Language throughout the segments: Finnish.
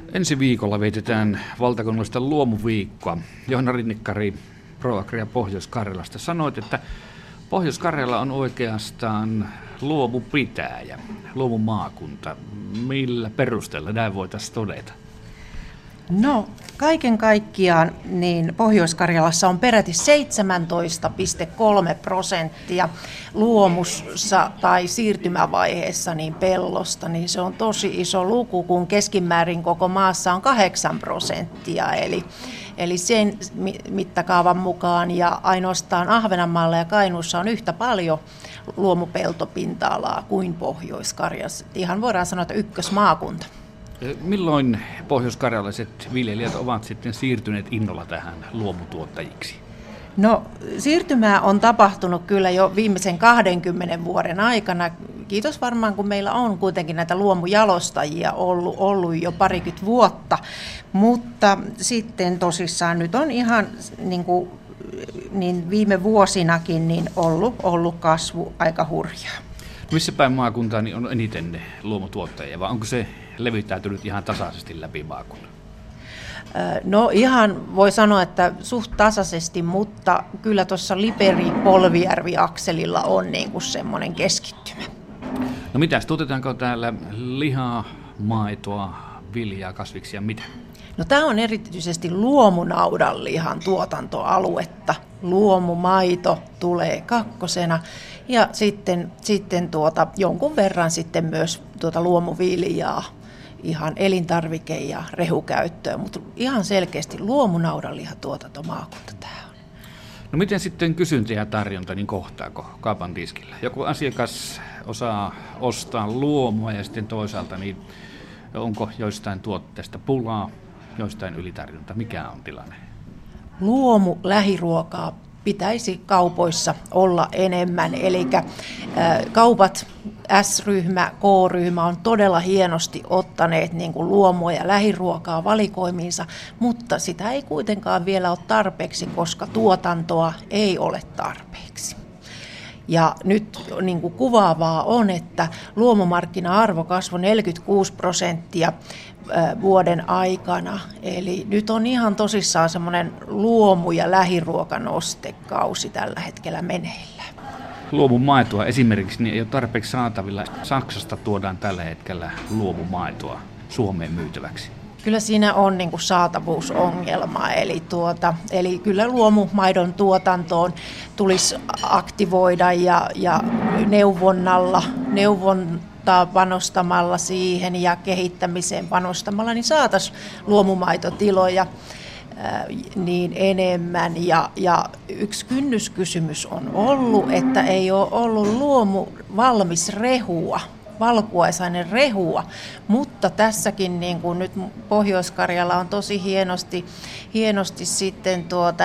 Ensi viikolla vietetään valtakunnallista luomuviikkoa. Johanna Rinnikkari ProAgria Pohjois-Karjalasta sanoit, että Pohjois-Karjala on oikeastaan luomupitäjä, luomumaakunta. Millä perusteella näin voitaisiin todeta? No, kaiken kaikkiaan niin Pohjois-Karjalassa on peräti 17,3% luomussa tai siirtymävaiheessa niin pellosta, niin se on tosi iso luku, kun keskimäärin koko maassa on 8%. Eli sen mittakaavan mukaan ja ainoastaan Ahvenanmaalla ja Kainuussa on yhtä paljon luomupeltopinta-alaa kuin Pohjois-Karjalassa. Ihan voidaan sanoa, että ykkösmaakunta. Milloin pohjois-karjalaiset viljelijät ovat sitten siirtyneet innolla tähän luomutuottajiksi? No, siirtymää on tapahtunut kyllä jo viimeisen 20 vuoden aikana. Kiitos varmaan, kun meillä on kuitenkin näitä luomujalostajia ollut jo parikymmentä vuotta. Mutta sitten tosissaan nyt on ihan niin viime vuosinakin niin ollut kasvu aika hurjaa. Missä päin maakuntaa niin on eniten luomutuottajia, vai onko se levittäytynyt ihan tasaisesti läpi maakunnan? No ihan voi sanoa, että suht tasaisesti, mutta kyllä tuossa Liperi-Polvijärvi-akselilla on niin kuin semmoinen keskittymä. No mitäs, tuotetaanko täällä lihaa, maitoa, viljaa, kasviksia, mitä? No tämä on erityisesti luomunaudanlihan tuotantoaluetta. Luomumaito tulee kakkosena ja sitten jonkun verran sitten myös luomuviljaa, ihan elintarvike- ja rehukäyttöön, mutta ihan selkeästi luomunaudanlihatuotantomaakunta tämä on. No miten sitten kysyntä ja tarjonta, niin kohtaako kaupan tiskillä? Joku asiakas osaa ostaa luomua ja sitten toisaalta, niin onko joistain tuotteista pulaa, joistain ylitarjonta? Mikä on tilanne? Luomu lähiruokaa pitäisi kaupoissa olla enemmän, eli kaupat S-ryhmä, K-ryhmä on todella hienosti ottaneet niin kuin luomua ja lähiruokaa valikoimiinsa, mutta sitä ei kuitenkaan vielä ole tarpeeksi, koska tuotantoa ei ole tarpeeksi. Ja nyt niin kuin kuvaavaa on, että luomumarkkina-arvo kasvoi 46% vuoden aikana. Eli nyt on ihan tosissaan semmoinen luomu- ja lähiruokanostekausi tällä hetkellä meneillään. Luomumaitoa esimerkiksi niin ei ole tarpeeksi saatavilla. Saksasta tuodaan tällä hetkellä luomumaitoa Suomeen myytäväksi. Kyllä siinä on niin kuin saatavuusongelma, eli kyllä luomumaidon tuotantoon tulisi aktivoida ja neuvontaa panostamalla siihen ja kehittämiseen panostamalla, niin saataisiin luomumaitotiloja niin enemmän. Ja yksi kynnyskysymys on ollut, että ei ole ollut luomu valmis rehua, valkuaisainen rehua, mutta tässäkin niin kuin nyt Pohjois-Karjala on tosi hienosti sitten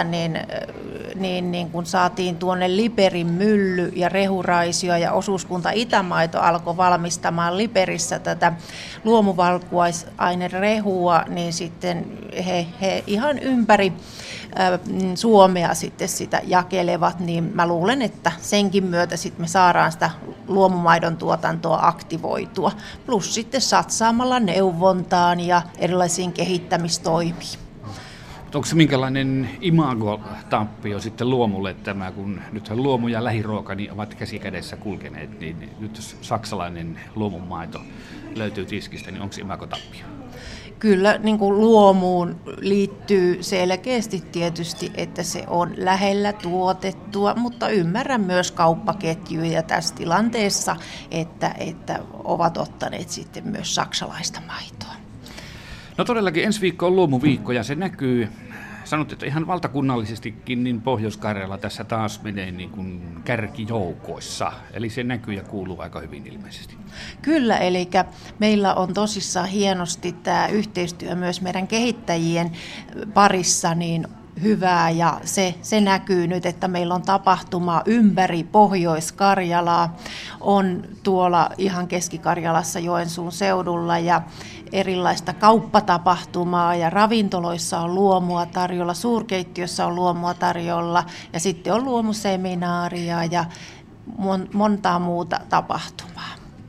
niin kuin saatiin tuonne Liperin mylly ja rehuraisio ja osuuskunta Itämaito alkoi valmistamaan Liperissä tätä luomuvalkuaisaine-rehua, niin sitten he ihan ympäri Suomea sitten sitä jakelevat, niin mä luulen, että senkin myötä sitten me saadaan sitä luomumaidon tuotantoa aktivoitua, plus sitten satsaamalla neuvontaan ja erilaisiin kehittämistoimiin. Onko se minkälainen imago-tappio sitten luomulle tämä, kun nythän luomu ja lähiruoka niin ovat käsi kädessä kulkeneet, niin nyt jos saksalainen luomumaito löytyy tiskistä, niin onko se imago-tappio? Kyllä niin kuin luomuun liittyy selkeästi tietysti, että se on lähellä tuotettua, mutta ymmärrän myös kauppaketjuja tässä tilanteessa, että ovat ottaneet sitten myös saksalaista maitoa. No todellakin ensi viikko on luomuviikko ja se näkyy, sanot, että ihan valtakunnallisestikin, niin Pohjois-Karjala tässä taas menee niin kuin kärkijoukoissa, eli se näkyy ja kuuluu aika hyvin ilmeisesti. Kyllä, eli meillä on tosissaan hienosti tämä yhteistyö myös meidän kehittäjien parissa niin hyvää ja se näkyy nyt, että meillä on tapahtumaa ympäri Pohjois-Karjalaa, on tuolla ihan Keski-Karjalassa Joensuun seudulla ja erilaista kauppatapahtumaa ja ravintoloissa on luomua tarjolla, suurkeittiössä on luomua tarjolla ja sitten on luomuseminaaria ja montaa muuta tapahtumaa.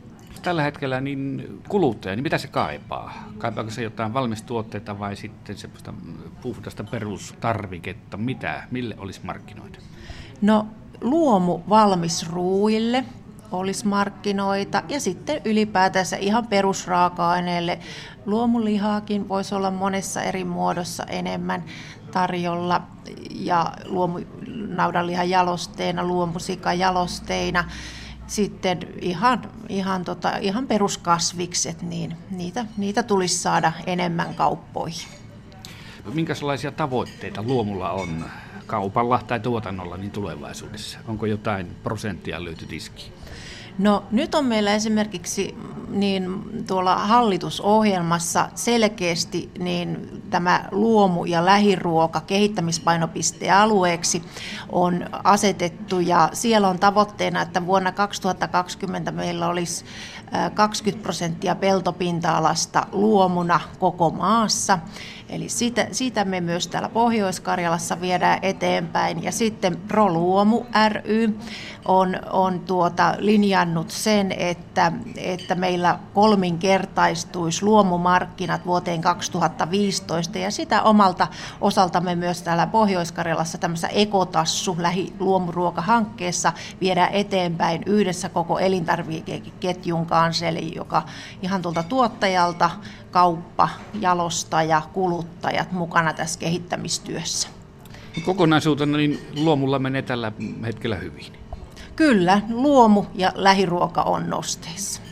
tällä hetkellä niin kuluttaja, niin mitä se kaipaa? Kaipaako se jotain valmistuotteita vai sitten semmoista puhdasta perustarviketta? Mille olisi markkinoita? No luomu valmisruuille olisi markkinoita ja sitten ylipäätänsä ihan perusraaka-aineelle. Luomulihaakin voisi olla monessa eri muodossa enemmän tarjolla ja luomunaudanlihan jalosteina, luomusikajalosteina. Sitten ihan peruskasvikset, niin niitä tulisi saada enemmän kauppoihin. Minkälaisia tavoitteita luomulla on kaupalla tai tuotannolla niin tulevaisuudessa? Onko jotain prosenttia löyty tiskiin? No nyt on meillä esimerkiksi niin tuolla hallitusohjelmassa selkeästi niin tämä luomu- ja lähiruoka kehittämispainopistealueeksi on asetettu ja siellä on tavoitteena, että vuonna 2020 meillä olisi 20% peltopinta-alasta luomuna koko maassa. Eli siitä me myös täällä Pohjois-Karjalassa viedään eteenpäin. Ja sitten ProLuomu ry on linjannut sen, että meillä kolminkertaistuisi luomumarkkinat vuoteen 2015. Ja sitä omalta osaltamme myös täällä Pohjois-Karjalassa tämmöisessä ekotassu lähiluomuruokahankkeessa viedään eteenpäin yhdessä koko elintarvikeketjun kanssa, eli joka ihan tuolta tuottajalta, kauppa, jalostaja, kuluttajat mukana tässä kehittämistyössä. Kokonaisuutena niin luomulla menee tällä hetkellä hyvin. Kyllä, luomu ja lähiruoka on nosteessa.